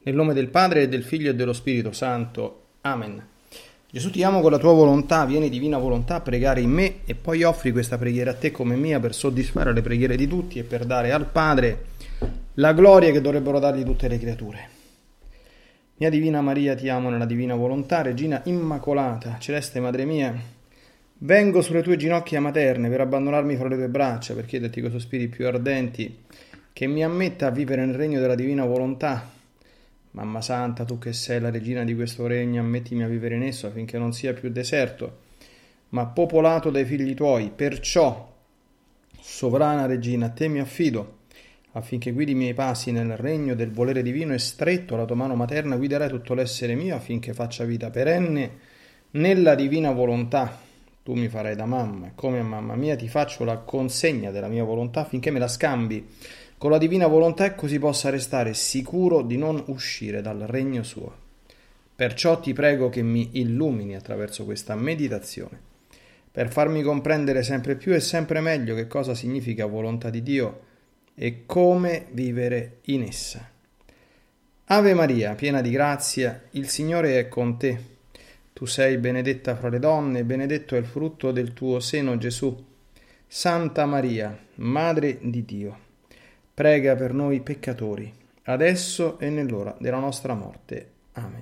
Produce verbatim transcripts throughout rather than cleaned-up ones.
Nel nome del Padre, e del Figlio e dello Spirito Santo. Amen. Gesù, ti amo con la tua volontà, vieni divina volontà a pregare in me e poi offri questa preghiera a te come mia per soddisfare le preghiere di tutti e per dare al Padre la gloria che dovrebbero dargli tutte le creature. Mia Divina Maria, ti amo nella divina volontà, Regina Immacolata, Celeste Madre mia, vengo sulle tue ginocchia materne per abbandonarmi fra le tue braccia, per chiederti con sospiri più ardenti che mi ammetta a vivere nel regno della divina volontà. Mamma Santa, tu che sei la regina di questo regno, ammettimi a vivere in esso affinché non sia più deserto, ma popolato dai figli tuoi. Perciò, sovrana regina, a te mi affido, affinché guidi i miei passi nel regno del volere divino e stretto alla tua mano materna guiderai tutto l'essere mio affinché faccia vita perenne nella divina volontà. Tu mi farai da mamma e come a mamma mia ti faccio la consegna della mia volontà affinché me la scambi con la divina volontà e così possa restare sicuro di non uscire dal regno suo. Perciò ti prego che mi illumini attraverso questa meditazione, per farmi comprendere sempre più e sempre meglio che cosa significa volontà di Dio e come vivere in essa. Ave Maria, piena di grazia, il Signore è con te. Tu sei benedetta fra le donne e benedetto è il frutto del tuo seno, Gesù. Santa Maria, Madre di Dio, prega per noi peccatori, adesso e nell'ora della nostra morte. Amen.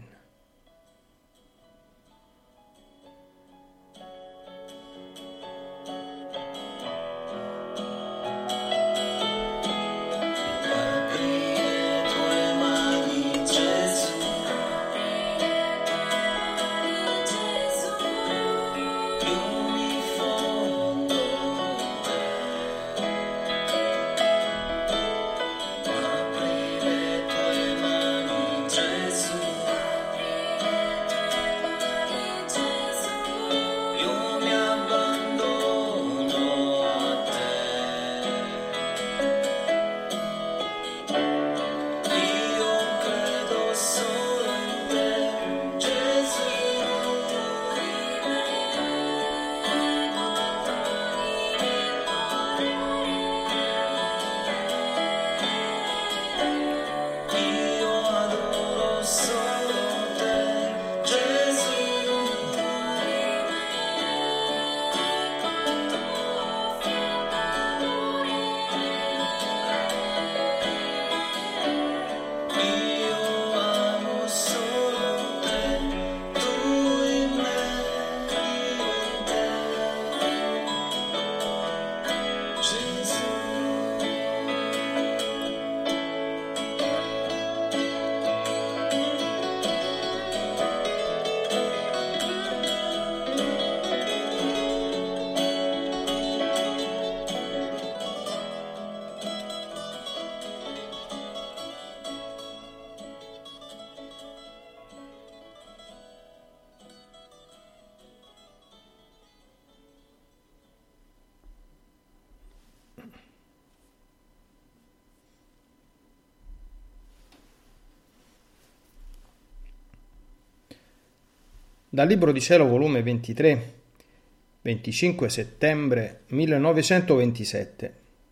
Dal Libro di Cielo, volume ventitré, venticinque settembre millenovecentoventisette.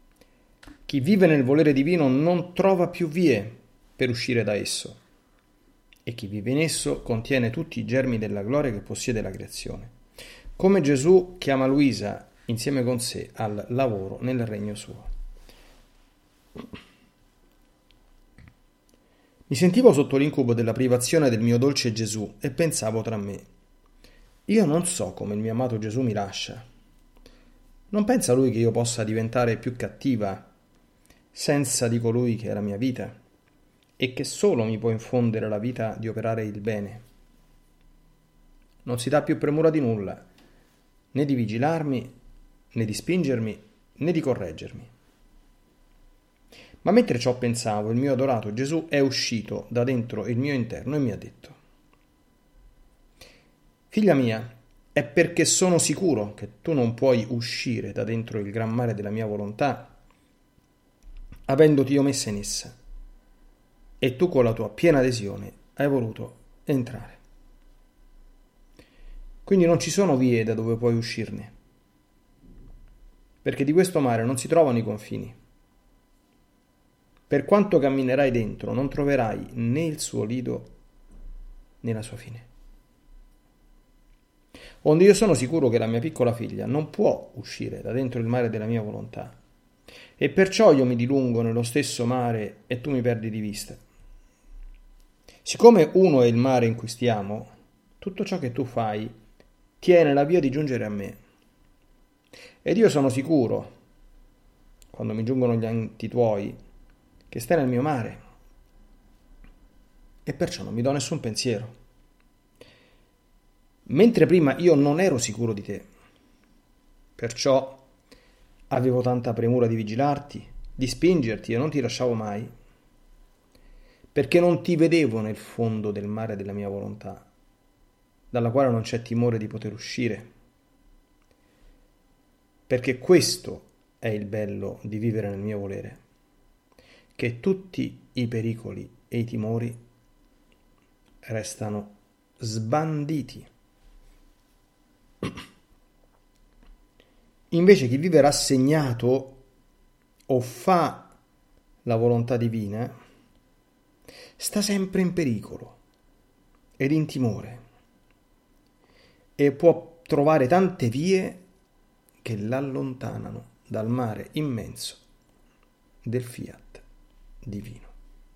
Chi vive nel volere divino non trova più vie per uscire da esso, e chi vive in esso contiene tutti i germi della gloria che possiede la creazione. Come Gesù chiama Luisa insieme con sé al lavoro nel regno suo. Mi sentivo sotto l'incubo della privazione del mio dolce Gesù e pensavo tra me: io non so come il mio amato Gesù mi lascia. Non pensa lui che io possa diventare più cattiva senza di colui che è la mia vita e che solo mi può infondere la vita di operare il bene? Non si dà più premura di nulla, né di vigilarmi, né di spingermi, né di correggermi. Ma mentre ciò pensavo, il mio adorato Gesù è uscito da dentro il mio interno e mi ha detto: figlia mia, è perché sono sicuro che tu non puoi uscire da dentro il gran mare della mia volontà, avendoti io messa in essa, e tu con la tua piena adesione hai voluto entrare. Quindi non ci sono vie da dove puoi uscirne, perché di questo mare non si trovano i confini. Per quanto camminerai dentro, non troverai né il suo lido né la sua fine. Onde io sono sicuro che la mia piccola figlia non può uscire da dentro il mare della mia volontà, e perciò io mi dilungo nello stesso mare e tu mi perdi di vista. Siccome uno è il mare in cui stiamo, tutto ciò che tu fai tiene la via di giungere a me. Ed io sono sicuro, quando mi giungono gli atti tuoi, che stai nel mio mare, e perciò non mi do nessun pensiero. Mentre prima io non ero sicuro di te, perciò avevo tanta premura di vigilarti, di spingerti e non ti lasciavo mai, perché non ti vedevo nel fondo del mare della mia volontà, dalla quale non c'è timore di poter uscire, perché questo è il bello di vivere nel mio volere, che tutti i pericoli e i timori restano sbanditi. Invece chi vive rassegnato o fa la volontà divina sta sempre in pericolo ed in timore e può trovare tante vie che l'allontanano dal mare immenso del fiat divino.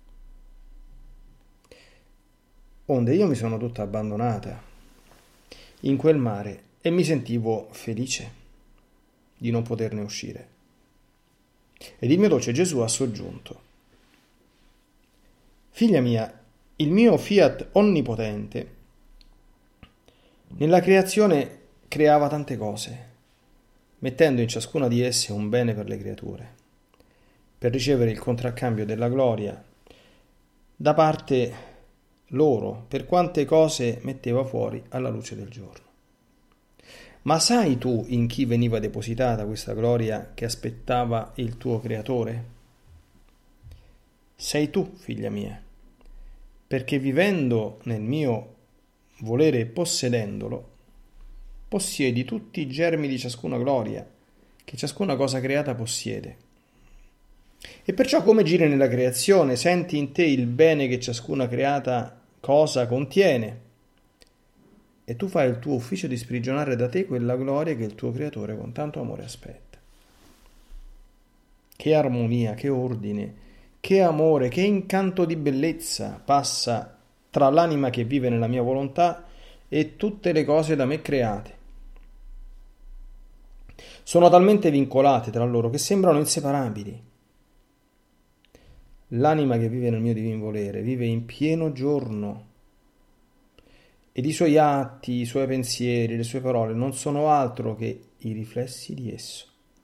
Onde io mi sono tutta abbandonata in quel mare e mi sentivo felice di non poterne uscire. Ed il mio dolce Gesù ha soggiunto: figlia mia, il mio fiat onnipotente nella creazione creava tante cose, mettendo in ciascuna di esse un bene per le creature, per ricevere il contraccambio della gloria da parte loro, per quante cose metteva fuori alla luce del giorno. Ma sai tu in chi veniva depositata questa gloria che aspettava il tuo creatore? Sei tu, figlia mia, perché vivendo nel mio volere e possedendolo, possiedi tutti i germi di ciascuna gloria che ciascuna cosa creata possiede. E perciò come giri nella creazione, senti in te il bene che ciascuna creata cosa contiene, e tu fai il tuo ufficio di sprigionare da te quella gloria che il tuo creatore con tanto amore aspetta. Che armonia, che ordine, che amore, che incanto di bellezza passa tra l'anima che vive nella mia volontà e tutte le cose da me create. Sono talmente vincolate tra loro che sembrano inseparabili. L'anima che vive nel mio divin volere vive in pieno giorno, ed i suoi atti, i suoi pensieri, le sue parole non sono altro che i riflessi di esso.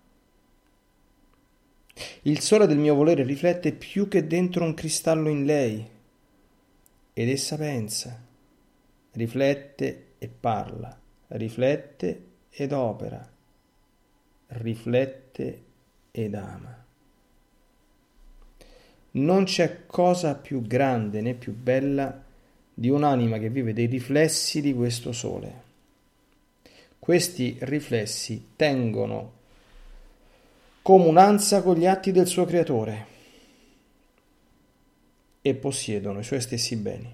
Il sole del mio volere riflette più che dentro un cristallo in lei, ed essa pensa, riflette e parla, riflette ed opera, riflette ed ama. Non c'è cosa più grande né più bella di un'anima che vive dei riflessi di questo sole. Questi riflessi tengono comunanza con gli atti del suo creatore e possiedono i suoi stessi beni.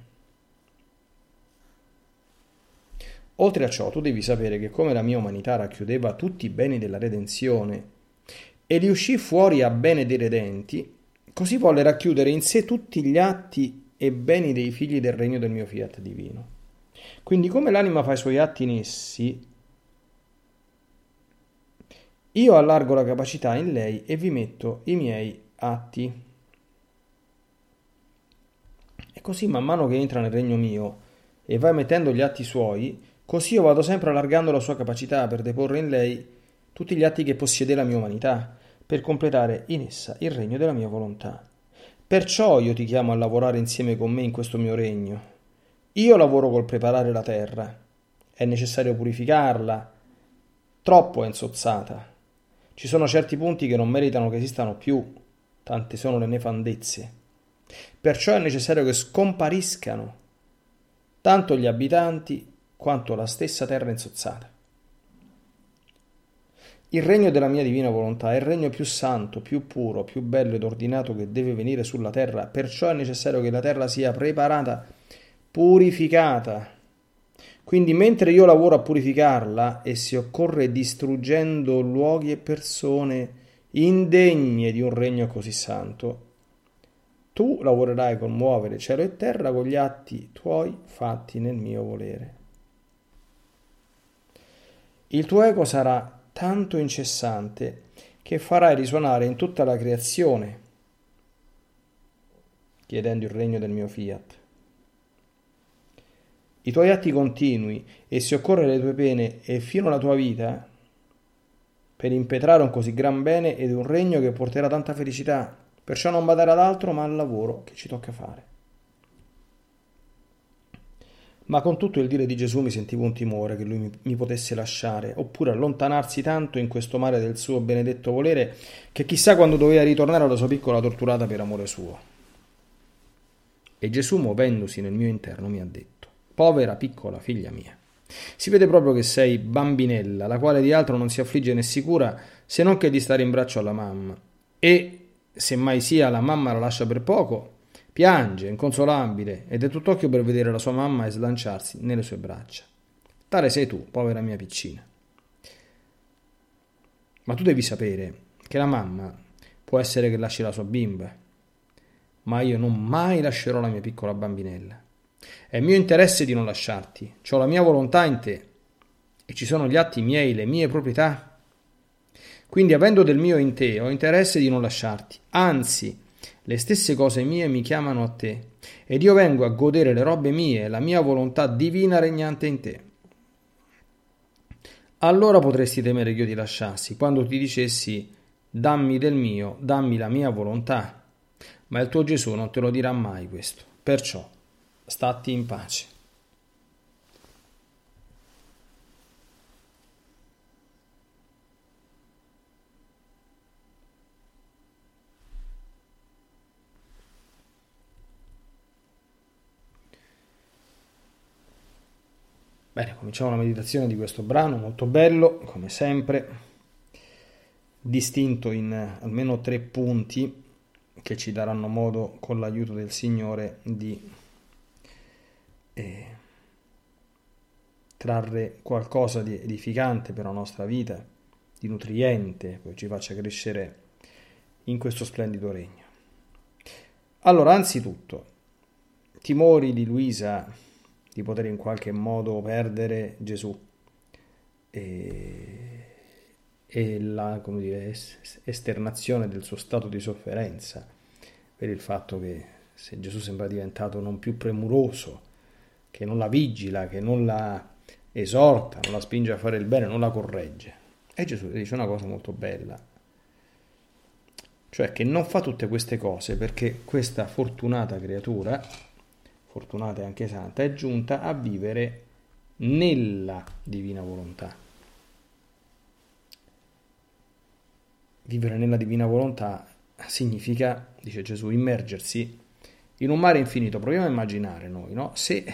Oltre a ciò, tu devi sapere che come la mia umanità racchiudeva tutti i beni della redenzione e li uscì fuori a bene dei redenti, così volle racchiudere in sé tutti gli atti e beni dei figli del regno del mio fiat divino. Quindi come l'anima fa i suoi atti in essi, io allargo la capacità in lei e vi metto i miei atti. E così man mano che entra nel regno mio e va mettendo gli atti suoi, così io vado sempre allargando la sua capacità per deporre in lei tutti gli atti che possiede la mia umanità, per completare in essa il regno della mia volontà. Perciò io ti chiamo a lavorare insieme con me in questo mio regno. Io lavoro col preparare la terra. È necessario purificarla. Troppo è insozzata. Ci sono certi punti che non meritano che esistano più, tante sono le nefandezze. Perciò è necessario che scompariscano tanto gli abitanti quanto la stessa terra insozzata. Il regno della mia divina volontà è il regno più santo, più puro, più bello ed ordinato che deve venire sulla terra, perciò è necessario che la terra sia preparata, purificata. Quindi mentre io lavoro a purificarla, e si occorre distruggendo luoghi e persone indegne di un regno così santo, tu lavorerai con muovere cielo e terra con gli atti tuoi fatti nel mio volere. Il tuo eco sarà tanto incessante che farai risuonare in tutta la creazione, chiedendo il regno del mio fiat. I tuoi atti continui, e se occorre le tue pene e fino alla tua vita, per impetrare un così gran bene ed un regno che porterà tanta felicità, perciò non badare ad altro ma al lavoro che ci tocca fare. Ma con tutto il dire di Gesù mi sentivo un timore che lui mi, mi potesse lasciare, oppure allontanarsi tanto in questo mare del suo benedetto volere, che chissà quando doveva ritornare alla sua piccola torturata per amore suo. E Gesù, muovendosi nel mio interno, mi ha detto: povera piccola figlia mia, si vede proprio che sei bambinella, la quale di altro non si affligge né si cura, se non che di stare in braccio alla mamma, e se mai sia la mamma la lascia per poco, piange, inconsolabile, ed è tutt'occhio per vedere la sua mamma e slanciarsi nelle sue braccia. Tale sei tu, povera mia piccina. Ma tu devi sapere che la mamma può essere che lasci la sua bimba, ma io non mai lascerò la mia piccola bambinella. È mio interesse di non lasciarti, c'ho la mia volontà in te, e ci sono gli atti miei, le mie proprietà. Quindi, avendo del mio in te, ho interesse di non lasciarti, anzi, le stesse cose mie mi chiamano a te, ed io vengo a godere le robe mie, la mia volontà divina regnante in te. Allora potresti temere che io ti lasciassi, quando ti dicessi: dammi del mio, dammi la mia volontà. Ma il tuo Gesù non te lo dirà mai questo, perciò statti in pace. Bene, cominciamo la meditazione di questo brano, molto bello, come sempre, distinto in almeno tre punti che ci daranno modo, con l'aiuto del Signore, di eh, trarre qualcosa di edificante per la nostra vita, di nutriente, che ci faccia crescere in questo splendido regno. Allora, anzitutto, timori di Luisa di poter in qualche modo perdere Gesù e, e la, come dire, esternazione del suo stato di sofferenza per il fatto che se Gesù sembra diventato non più premuroso, che non la vigila, che non la esorta, non la spinge a fare il bene, non la corregge. E Gesù dice una cosa molto bella, cioè che non fa tutte queste cose perché questa fortunata creatura, fortunata e anche santa, è giunta a vivere nella divina volontà. Vivere nella divina volontà significa, dice Gesù, immergersi in un mare infinito. Proviamo a immaginare noi, no? Se,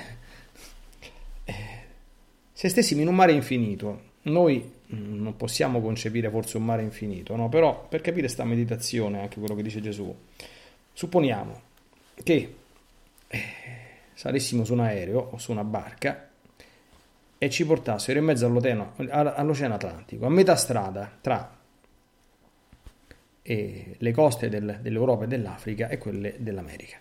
se stessimo in un mare infinito, noi non possiamo concepire forse un mare infinito, no? Però per capire sta meditazione, anche quello che dice Gesù, supponiamo che salissimo su un aereo o su una barca e ci portassero in mezzo all'Oceano Atlantico, a metà strada tra eh, le coste del, dell'Europa e dell'Africa e quelle dell'America.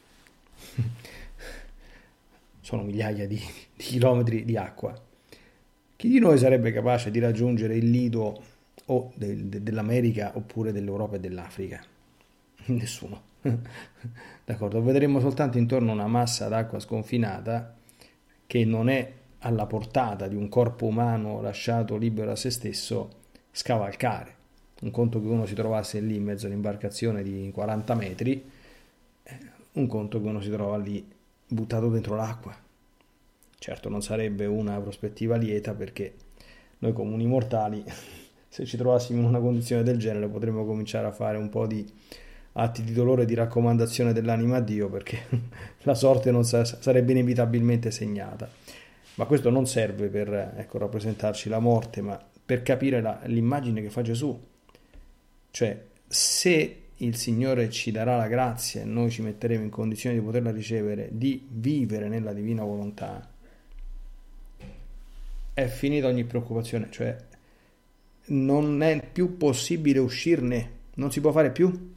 Sono migliaia di, di chilometri di acqua. Chi di noi sarebbe capace di raggiungere il lido o del, de, dell'America oppure dell'Europa e dell'Africa? Nessuno. D'accordo, vedremo soltanto intorno una massa d'acqua sconfinata che non è alla portata di un corpo umano lasciato libero a se stesso scavalcare. Un conto che uno si trovasse lì in mezzo all'imbarcazione di quaranta metri, un conto che uno si trova lì buttato dentro l'acqua. Certo non sarebbe una prospettiva lieta, perché noi comuni mortali, se ci trovassimo in una condizione del genere, potremmo cominciare a fare un po' di atti di dolore e di raccomandazione dell'anima a Dio, perché la sorte non sa- sarebbe inevitabilmente segnata. Ma questo non serve per ecco, rappresentarci la morte, ma per capire la- l'immagine che fa Gesù. Cioè, se il Signore ci darà la grazia e noi ci metteremo in condizione di poterla ricevere, di vivere nella divina volontà, è finita ogni preoccupazione, cioè non è più possibile uscirne, non si può fare più.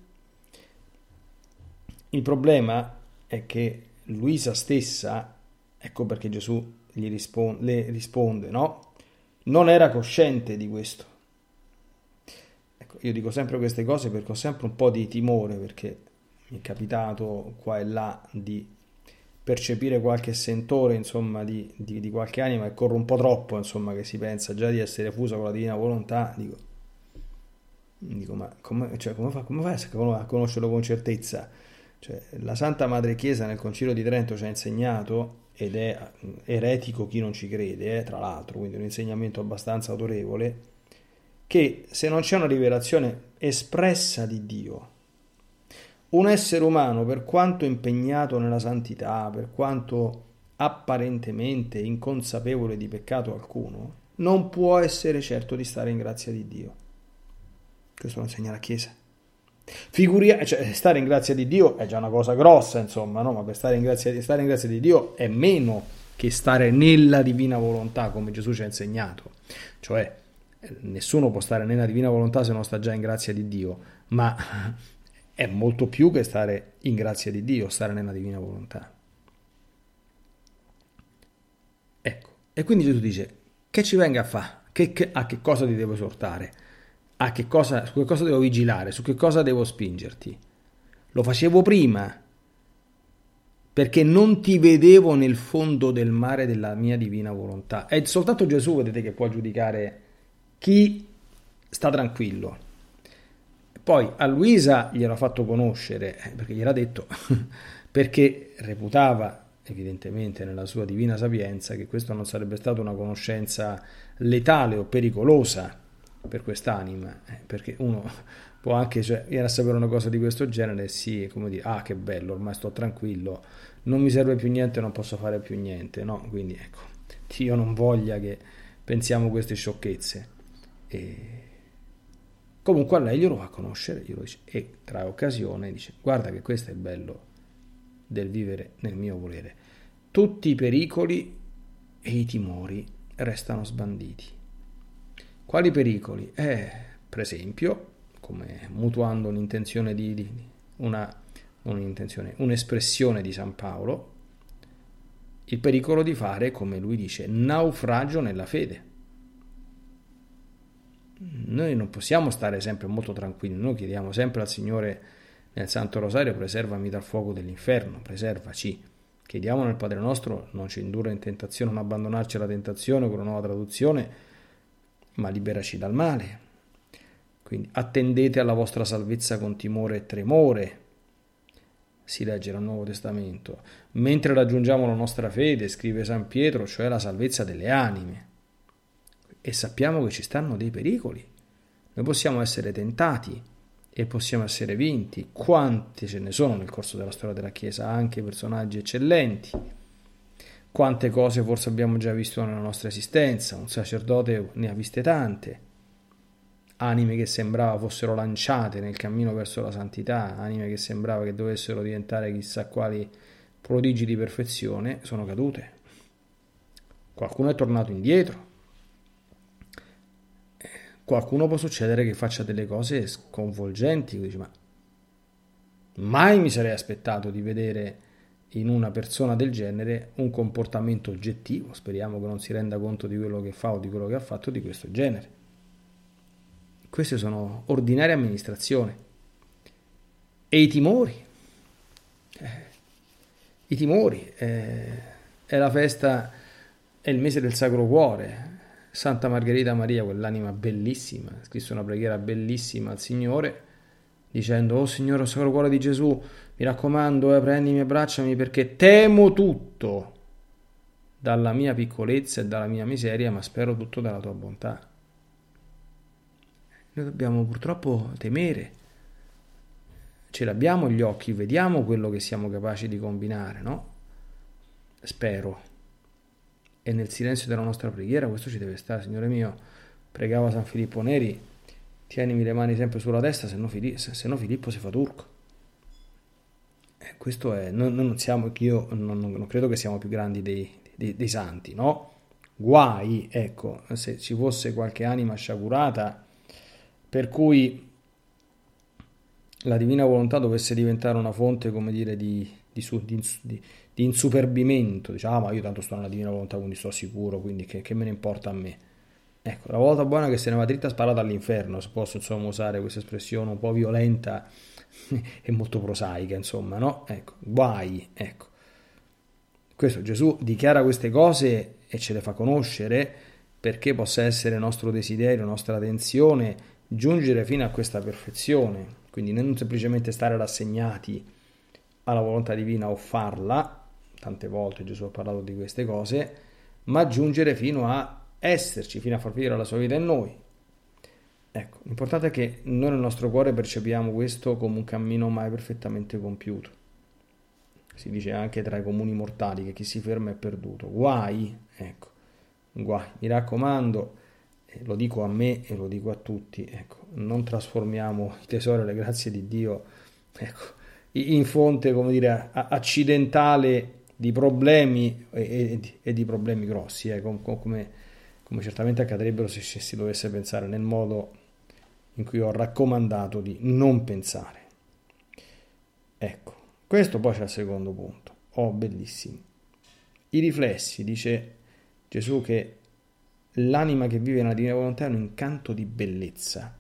Il problema è che Luisa stessa, ecco perché Gesù gli risponde, le risponde, no? Non era cosciente di questo. Ecco, io dico sempre queste cose perché ho sempre un po' di timore, perché mi è capitato qua e là di percepire qualche sentore, insomma, di, di, di qualche anima che corre un po' troppo, insomma, che si pensa già di essere fusa con la divina volontà. Dico, dico ma come, cioè, come fa, come fai a conoscerlo con certezza? Cioè, la Santa Madre Chiesa nel Concilio di Trento ci ha insegnato, ed è eretico chi non ci crede, eh, tra l'altro, quindi un insegnamento abbastanza autorevole, che se non c'è una rivelazione espressa di Dio, un essere umano, per quanto impegnato nella santità, per quanto apparentemente inconsapevole di peccato alcuno, non può essere certo di stare in grazia di Dio. Questo lo insegna la Chiesa. Figuria, cioè, stare in grazia di Dio è già una cosa grossa, insomma, no? Ma per stare in grazia di, stare in grazia di Dio è meno che stare nella divina volontà, come Gesù ci ha insegnato. Cioè, nessuno può stare nella divina volontà se non sta già in grazia di Dio, ma è molto più che stare in grazia di Dio, stare nella divina volontà. Ecco, e quindi Gesù dice, che ci venga a fare? Che, che, a che cosa ti devo esortare? A che cosa, su che cosa devo vigilare? Su che cosa devo spingerti? Lo facevo prima, perché non ti vedevo nel fondo del mare della mia divina volontà. È soltanto Gesù, vedete, che può giudicare chi sta tranquillo. Poi a Luisa gliel'ha fatto conoscere, perché gliel'ha detto, perché reputava evidentemente nella sua divina sapienza che questo non sarebbe stata una conoscenza letale o pericolosa per quest'anima, perché uno può anche, cioè, viene a sapere una cosa di questo genere, sì, come dire, ah che bello, ormai sto tranquillo, non mi serve più niente, non posso fare più niente, no? Quindi ecco, Dio non voglia che pensiamo queste sciocchezze. E comunque a lei glielo fa conoscere, glielo dice, e trae occasione, dice, guarda che questo è il bello del vivere nel mio volere. Tutti i pericoli e i timori restano sbanditi. Quali pericoli? Eh, per esempio, come mutuando un'intenzione di, di una, un'intenzione, un'espressione di San Paolo, il pericolo di fare, come lui dice, naufragio nella fede. Noi non possiamo stare sempre molto tranquilli, noi chiediamo sempre al Signore nel Santo Rosario, preservami dal fuoco dell'inferno, preservaci. Chiediamo nel Padre nostro, non ci indurre in tentazione, non abbandonarci alla tentazione, con una nuova traduzione, ma liberaci dal male. Quindi attendete alla vostra salvezza con timore e tremore, si legge nel Nuovo Testamento, mentre raggiungiamo la nostra fede, scrive San Pietro, cioè la salvezza delle anime. E sappiamo che ci stanno dei pericoli. Noi possiamo essere tentati e possiamo essere vinti. Quante ce ne sono nel corso della storia della Chiesa, anche personaggi eccellenti. Quante cose forse abbiamo già visto nella nostra esistenza, un sacerdote ne ha viste tante. Anime che sembrava fossero lanciate nel cammino verso la santità, anime che sembrava che dovessero diventare chissà quali prodigi di perfezione, sono cadute. Qualcuno è tornato indietro. Qualcuno può succedere che faccia delle cose sconvolgenti, dici, ma mai mi sarei aspettato di vedere in una persona del genere un comportamento oggettivo, speriamo che non si renda conto di quello che fa o di quello che ha fatto di questo genere. Queste sono ordinarie amministrazioni. E i timori? Eh, I timori, eh, è la festa, è il mese del Sacro Cuore. Santa Margherita Maria, quell'anima bellissima, ha scritto una preghiera bellissima al Signore, dicendo, oh Signore, Sacro Cuore di Gesù, mi raccomando, eh, prendimi e abbracciami perché temo tutto dalla mia piccolezza e dalla mia miseria, ma spero tutto dalla tua bontà. Noi dobbiamo purtroppo temere, ce l'abbiamo gli occhi, vediamo quello che siamo capaci di combinare, no? Spero. E nel silenzio della nostra preghiera questo ci deve stare, Signore mio, pregava San Filippo Neri, tienimi le mani sempre sulla testa, se no, Fili- se no Filippo si fa turco. Eh, questo è, noi, noi non siamo, io non, non credo che siamo più grandi dei, dei, dei santi, no? Guai, ecco, se ci fosse qualche anima sciagurata per cui la divina volontà dovesse diventare una fonte, come dire, di, di, su- di ins- di- di insuperbimento, diciamo, ah, ma io tanto sto nella divina volontà, quindi sto sicuro, quindi che, che me ne importa a me? Ecco, la volta buona che se ne va dritta sparata all'inferno, se posso insomma usare questa espressione un po' violenta e molto prosaica, insomma, no? Ecco, guai, ecco. Questo Gesù dichiara queste cose e ce le fa conoscere perché possa essere nostro desiderio, nostra tensione, giungere fino a questa perfezione. Quindi non semplicemente stare rassegnati alla volontà divina o farla, tante volte Gesù ha parlato di queste cose, ma giungere fino a esserci, fino a far vivere la sua vita in noi. Ecco, l'importante è che noi nel nostro cuore percepiamo questo come un cammino mai perfettamente compiuto. Si dice anche tra i comuni mortali che chi si ferma è perduto. Guai, ecco, guai. Mi raccomando, eh, lo dico a me e lo dico a tutti, ecco, non trasformiamo i tesori e le grazie di Dio, ecco, in fonte, come dire, accidentale di problemi e, e, e di problemi grossi, eh, com, come, come certamente accadrebbero se si dovesse pensare nel modo in cui ho raccomandato di non pensare. Ecco, questo poi c'è il secondo punto. Oh, bellissimo. I riflessi, dice Gesù, che l'anima che vive nella divina volontà è un incanto di bellezza.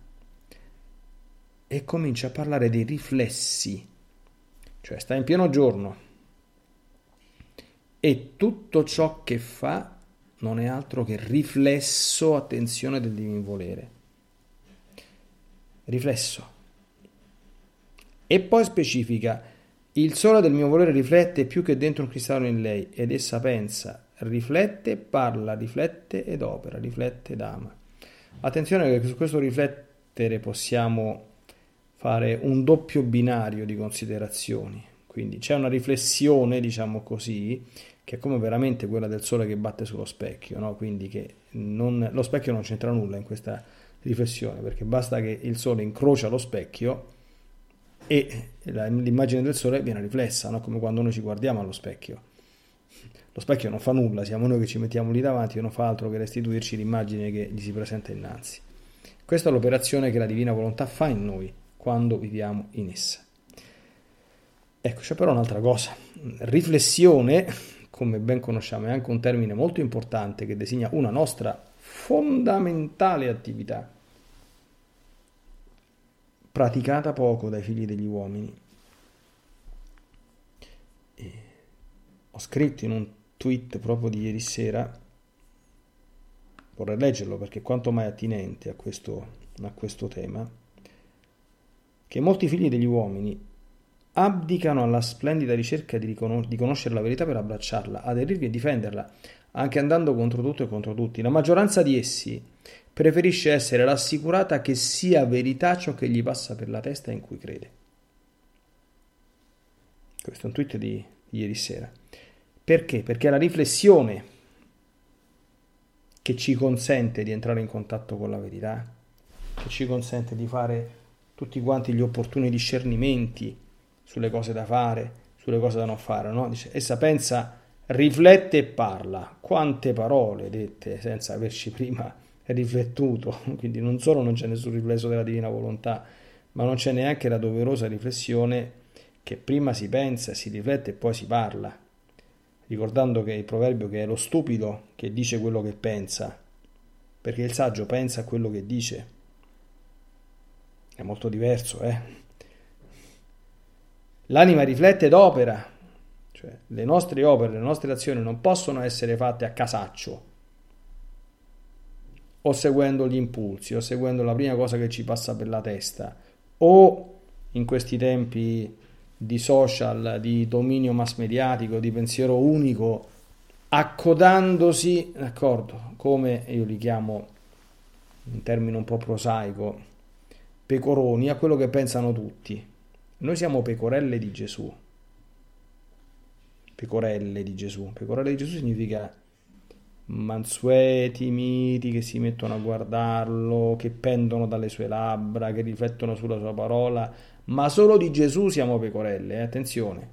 E comincia a parlare dei riflessi. Cioè sta in pieno giorno e tutto ciò che fa non è altro che riflesso, attenzione, del divin volere. Riflesso. E poi specifica: il sole del mio volere riflette più che dentro un cristallo in lei, ed essa pensa, riflette, parla, riflette ed opera, riflette ed ama. Attenzione che su questo riflettere possiamo fare un doppio binario di considerazioni. Quindi c'è una riflessione, diciamo così, che è come veramente quella del sole che batte sullo specchio, no? Quindi che non, lo specchio non c'entra nulla in questa riflessione, perché basta che il sole incrocia lo specchio e la, l'immagine del sole viene riflessa, no? Come quando noi ci guardiamo allo specchio. Lo specchio non fa nulla, siamo noi che ci mettiamo lì davanti e non fa altro che restituirci l'immagine che gli si presenta innanzi. Questa è l'operazione che la divina volontà fa in noi quando viviamo in essa. Ecco, c'è però un'altra cosa. Riflessione, come ben conosciamo, è anche un termine molto importante che designa una nostra fondamentale attività, praticata poco dai figli degli uomini. E ho scritto in un tweet proprio di ieri sera, vorrei leggerlo perché è quanto mai attinente a questo, a questo tema, che molti figli degli uomini abdicano alla splendida ricerca di, riconos- di conoscere la verità per abbracciarla, aderirvi e difenderla, anche andando contro tutto e contro tutti. La maggioranza di essi preferisce essere rassicurata che sia verità ciò che gli passa per la testa in cui crede. Questo è un tweet di, di ieri sera. Perché? Perché è la riflessione che ci consente di entrare in contatto con la verità, che ci consente di fare tutti quanti gli opportuni discernimenti sulle cose da fare, sulle cose da non fare, no? Dice, essa pensa, riflette e parla. Quante parole dette senza averci prima riflettuto, quindi non solo non c'è nessun riflesso della divina volontà, ma non c'è neanche la doverosa riflessione che prima si pensa, si riflette e poi si parla, ricordando che il proverbio che è lo stupido che dice quello che pensa, perché il saggio pensa a quello che dice. È molto diverso, eh? L'anima riflette ed opera, cioè le nostre opere, le nostre azioni non possono essere fatte a casaccio, o seguendo gli impulsi, o seguendo la prima cosa che ci passa per la testa, o in questi tempi di social, di dominio mass mediatico, di pensiero unico, accodandosi, d'accordo, come io li chiamo in termine un po' prosaico, pecoroni, a quello che pensano tutti. Noi siamo pecorelle di Gesù. Pecorelle di Gesù. Pecorelle di Gesù significa mansueti, miti, che si mettono a guardarlo, che pendono dalle sue labbra, che riflettono sulla sua parola, ma solo di Gesù siamo pecorelle, eh? Attenzione.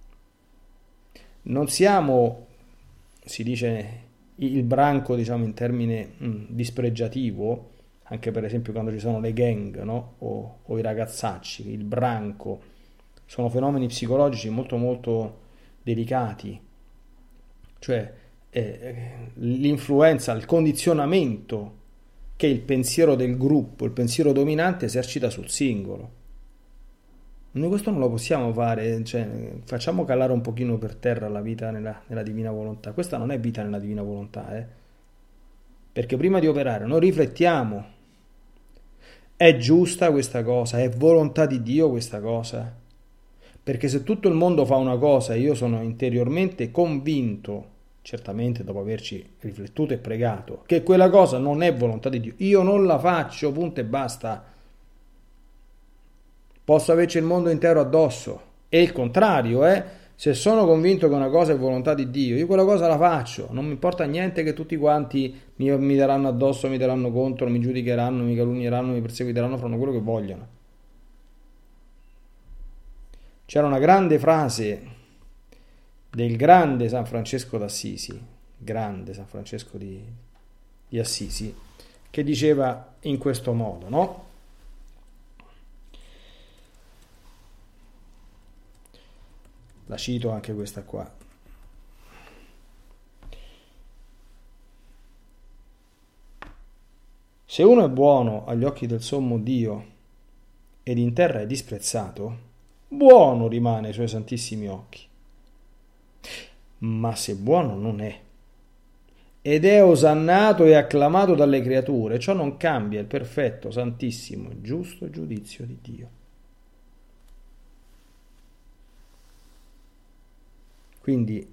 Non siamo, si dice, il branco, diciamo, in termine mh, dispregiativo, anche per esempio quando ci sono le gang, no? O, o i ragazzacci, il branco, sono fenomeni psicologici molto molto delicati, cioè eh, l'influenza, il condizionamento che il pensiero del gruppo, il pensiero dominante esercita sul singolo. Noi questo non lo possiamo fare, cioè, facciamo calare un pochino per terra la vita nella, nella divina volontà. Questa non è vita nella divina volontà, eh? Perché prima di operare noi riflettiamo. È giusta questa cosa? È volontà di Dio questa cosa? Perché se tutto il mondo fa una cosa e io sono interiormente convinto, certamente dopo averci riflettuto e pregato, che quella cosa non è volontà di Dio, io non la faccio, punto e basta. Posso averci il mondo intero addosso. E il contrario, eh? Se sono convinto che una cosa è volontà di Dio, io quella cosa la faccio. Non mi importa niente che tutti quanti mi, mi daranno addosso, mi daranno contro, mi giudicheranno, mi calunnieranno, mi perseguiteranno, faranno quello che vogliono. C'era una grande frase del grande San Francesco d'Assisi, grande San Francesco di, di Assisi, che diceva in questo modo, no? La cito anche questa qua. Se uno è buono agli occhi del sommo Dio ed in terra è disprezzato, buono rimane ai suoi santissimi occhi. Ma se buono non è ed è osannato e acclamato dalle creature, ciò non cambia il perfetto, santissimo e giusto giudizio di Dio. Quindi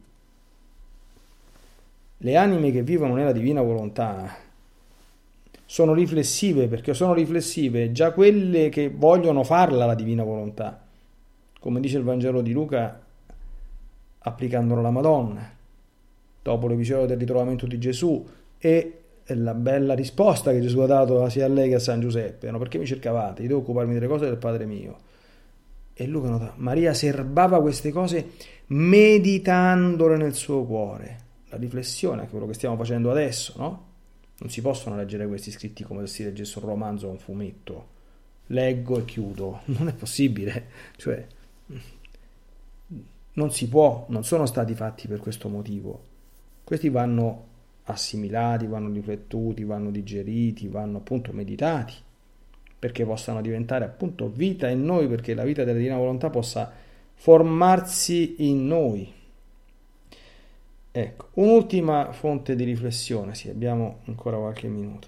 le anime che vivono nella divina volontà sono riflessive, perché sono riflessive già quelle che vogliono farla la divina volontà, come dice il Vangelo di Luca, applicandolo alla Madonna, dopo l'episodio del ritrovamento di Gesù e la bella risposta che Gesù ha dato sia a lei che a San Giuseppe, no? Perché mi cercavate? Io devo occuparmi delle cose del Padre mio. E Luca nota, Maria serbava queste cose meditandole nel suo cuore. La riflessione è quello che stiamo facendo adesso, no? Non si possono leggere questi scritti come se si leggesse un romanzo o un fumetto. Leggo e chiudo. Non è possibile. Cioè, non si può, non sono stati fatti per questo motivo. Questi vanno assimilati, vanno riflettuti, vanno digeriti, vanno appunto meditati, perché possano diventare appunto vita in noi, perché la vita della divina volontà possa formarsi in noi. Ecco, un'ultima fonte di riflessione, sì, abbiamo ancora qualche minuto.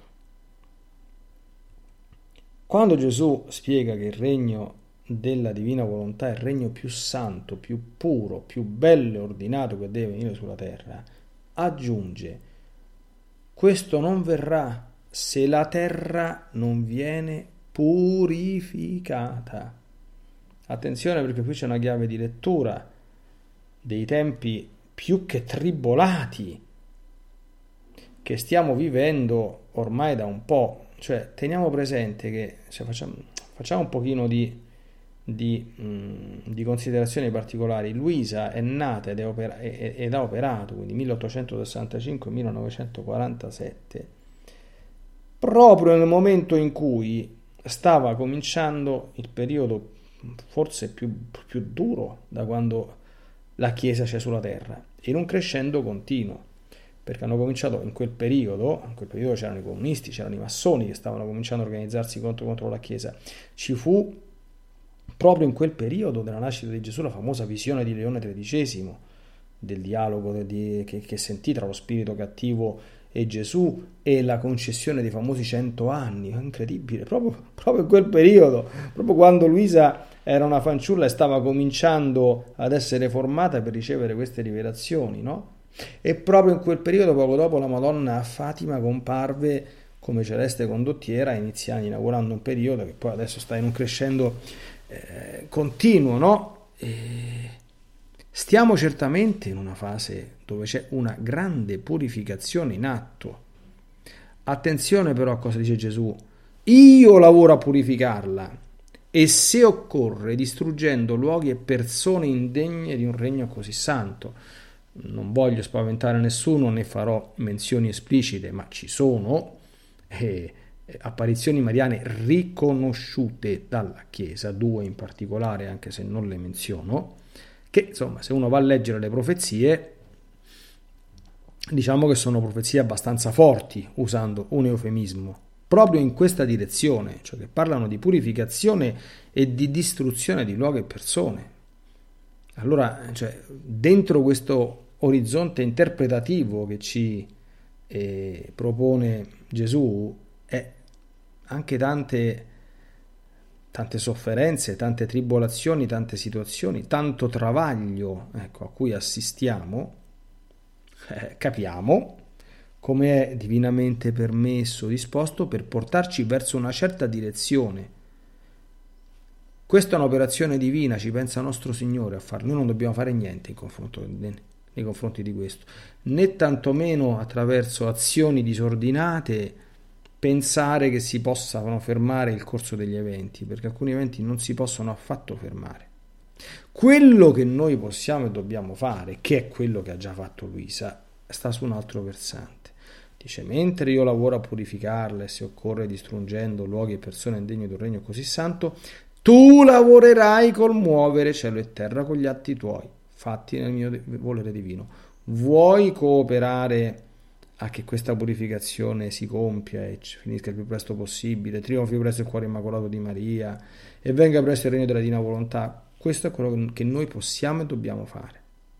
Quando Gesù spiega che il regno della divina volontà è il regno più santo, più puro, più bello e ordinato che deve venire sulla terra, aggiunge: questo non verrà se la terra non viene purificata. Attenzione, perché qui c'è una chiave di lettura dei tempi più che tribolati che stiamo vivendo ormai da un po'. Cioè, teniamo presente che se facciamo, facciamo un pochino di, di, mh, di considerazioni particolari. Luisa è nata ed, è opera, ed ha operato, quindi milleottocentosessantacinque millenovecentoquarantasette, proprio nel momento in cui stava cominciando il periodo forse più, più duro da quando la Chiesa c'è sulla terra, in un crescendo continuo, perché hanno cominciato in quel periodo, in quel periodo c'erano i comunisti, c'erano i massoni che stavano cominciando a organizzarsi contro, contro la Chiesa. Ci fu proprio in quel periodo della nascita di Gesù la famosa visione di Leone tredicesimo, del dialogo di, che, che sentì tra lo spirito cattivo e Gesù, e la concessione dei famosi cento anni. È incredibile, proprio, proprio in quel periodo, proprio quando Luisa era una fanciulla e stava cominciando ad essere formata per ricevere queste rivelazioni, no? E proprio in quel periodo, poco dopo, la Madonna a Fatima comparve come celeste condottiera, iniziando, inaugurando un periodo che poi adesso sta in un crescendo eh, continuo, no? E Stiamo certamente in una fase dove c'è una grande purificazione in atto. Attenzione però a cosa dice Gesù. Io lavoro a purificarla e se occorre distruggendo luoghi e persone indegne di un regno così santo. Non voglio spaventare nessuno, ne farò menzioni esplicite, ma ci sono eh, apparizioni mariane riconosciute dalla Chiesa, due in particolare, anche se non le menziono, che insomma se uno va a leggere le profezie, diciamo che sono profezie abbastanza forti, usando un eufemismo, proprio in questa direzione, cioè che parlano di purificazione e di distruzione di luoghi e persone. Allora, cioè, dentro questo orizzonte interpretativo che ci eh, propone Gesù è anche tante, tante sofferenze, tante tribolazioni, tante situazioni, tanto travaglio, ecco, a cui assistiamo, eh, capiamo come è divinamente permesso, disposto per portarci verso una certa direzione. Questa è un'operazione divina, ci pensa nostro Signore a farlo, noi non dobbiamo fare niente in confronto, nei confronti di questo, né tantomeno attraverso azioni disordinate pensare che si possano fermare il corso degli eventi, perché alcuni eventi non si possono affatto fermare. Quello che noi possiamo e dobbiamo fare, che è quello che ha già fatto Luisa, sta su un altro versante. Dice, mentre io lavoro a purificarla e se occorre distruggendo luoghi e persone indegne di un regno così santo, tu lavorerai col muovere cielo e terra con gli atti tuoi, fatti nel mio volere divino. Vuoi cooperare a che questa purificazione si compia e finisca il più presto possibile, trionfi presto il cuore immacolato di Maria e venga presto il regno della divina volontà? Questo è quello che noi possiamo e dobbiamo fare.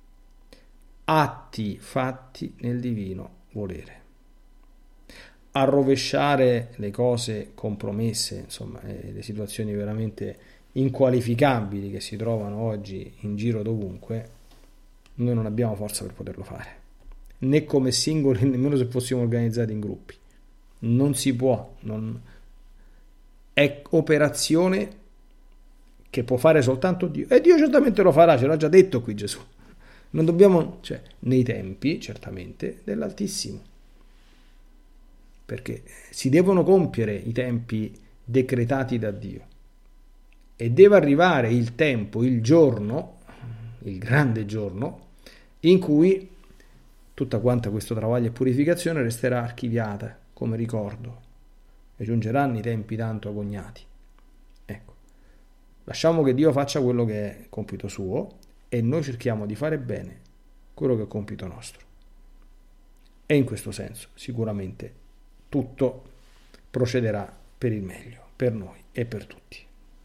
Atti fatti nel divino volere. A rovesciare le cose compromesse, insomma, eh, le situazioni veramente inqualificabili che si trovano oggi in giro dovunque, noi non abbiamo forza per poterlo fare, né come singoli, nemmeno se fossimo organizzati in gruppi. Non si può, non... è operazione che può fare soltanto Dio, e Dio certamente lo farà, ce l'ha già detto qui Gesù. Non dobbiamo, cioè, nei tempi, certamente, dell'Altissimo, perché si devono compiere i tempi decretati da Dio e deve arrivare il tempo, il giorno, il grande giorno, in cui tutta quanta questo travaglio e purificazione resterà archiviata come ricordo e giungeranno i tempi tanto agognati. Ecco, lasciamo che Dio faccia quello che è compito suo e noi cerchiamo di fare bene quello che è compito nostro. E in questo senso sicuramente tutto procederà per il meglio, per noi e per tutti.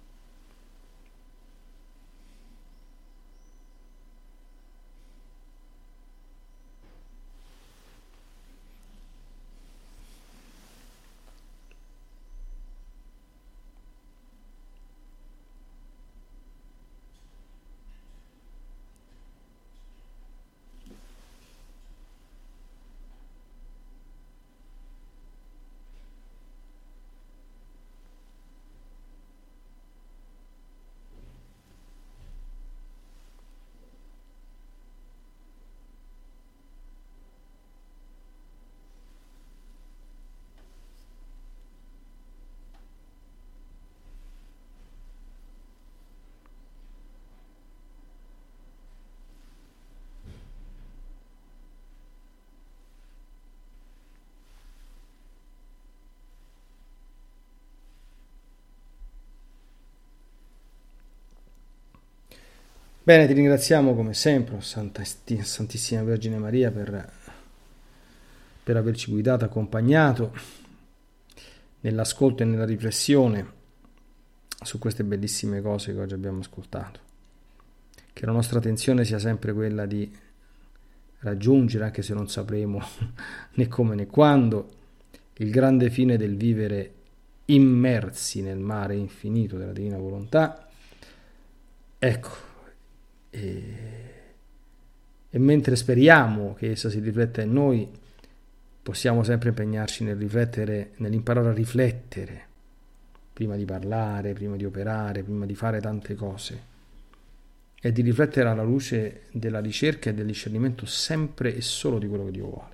Bene, ti ringraziamo come sempre, Santa, Santissima Vergine Maria, per, per averci guidato, accompagnato nell'ascolto e nella riflessione su queste bellissime cose che oggi abbiamo ascoltato. Che la nostra attenzione sia sempre quella di raggiungere, anche se non sapremo né come né quando, il grande fine del vivere immersi nel mare infinito della Divina Volontà. Ecco, E, e mentre speriamo che essa si rifletta in noi, possiamo sempre impegnarci nel riflettere, nell'imparare a riflettere prima di parlare, prima di operare, prima di fare tante cose, è di riflettere alla luce della ricerca e del discernimento sempre e solo di quello che Dio vuole.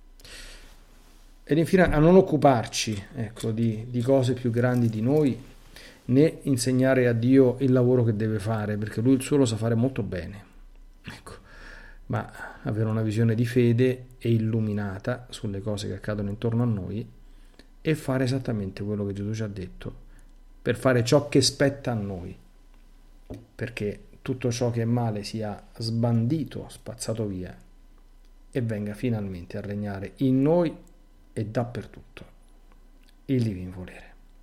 Ed infine a non occuparci, ecco, di, di cose più grandi di noi, né insegnare a Dio il lavoro che deve fare, perché Lui il suo lo sa fare molto bene. Ecco, ma avere una visione di fede e illuminata sulle cose che accadono intorno a noi e fare esattamente quello che Gesù ci ha detto, per fare ciò che spetta a noi, perché tutto ciò che è male sia sbandito, spazzato via e venga finalmente a regnare in noi e dappertutto il divino volere.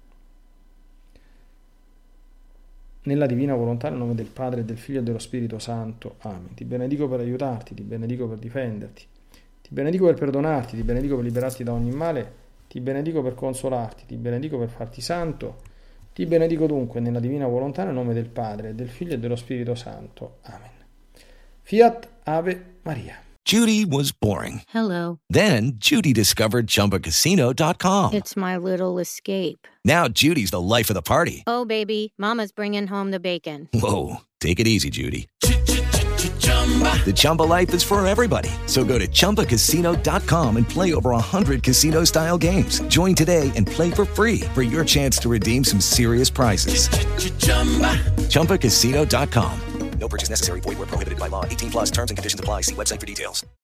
Nella divina volontà, nel nome del Padre, del Figlio e dello Spirito Santo. Amen. Ti benedico per aiutarti, ti benedico per difenderti, ti benedico per perdonarti, ti benedico per liberarti da ogni male, ti benedico per consolarti, ti benedico per farti santo, ti benedico dunque nella divina volontà, nel nome del Padre, del Figlio e dello Spirito Santo. Amen. Fiat Ave Maria. Judy was boring. Hello. Then Judy discovered Chumba Casino dot com. It's my little escape. Now Judy's the life of the party. Oh, baby, mama's bringing home the bacon. Whoa, take it easy, Judy. The Chumba life is for everybody. So go to Chumba Casino dot com and play over one hundred casino-style games. Join today and play for free for your chance to redeem some serious prizes. Chumba Casino dot com. No purchase necessary. Void where prohibited by law. eighteen plus terms and conditions apply. See website for details.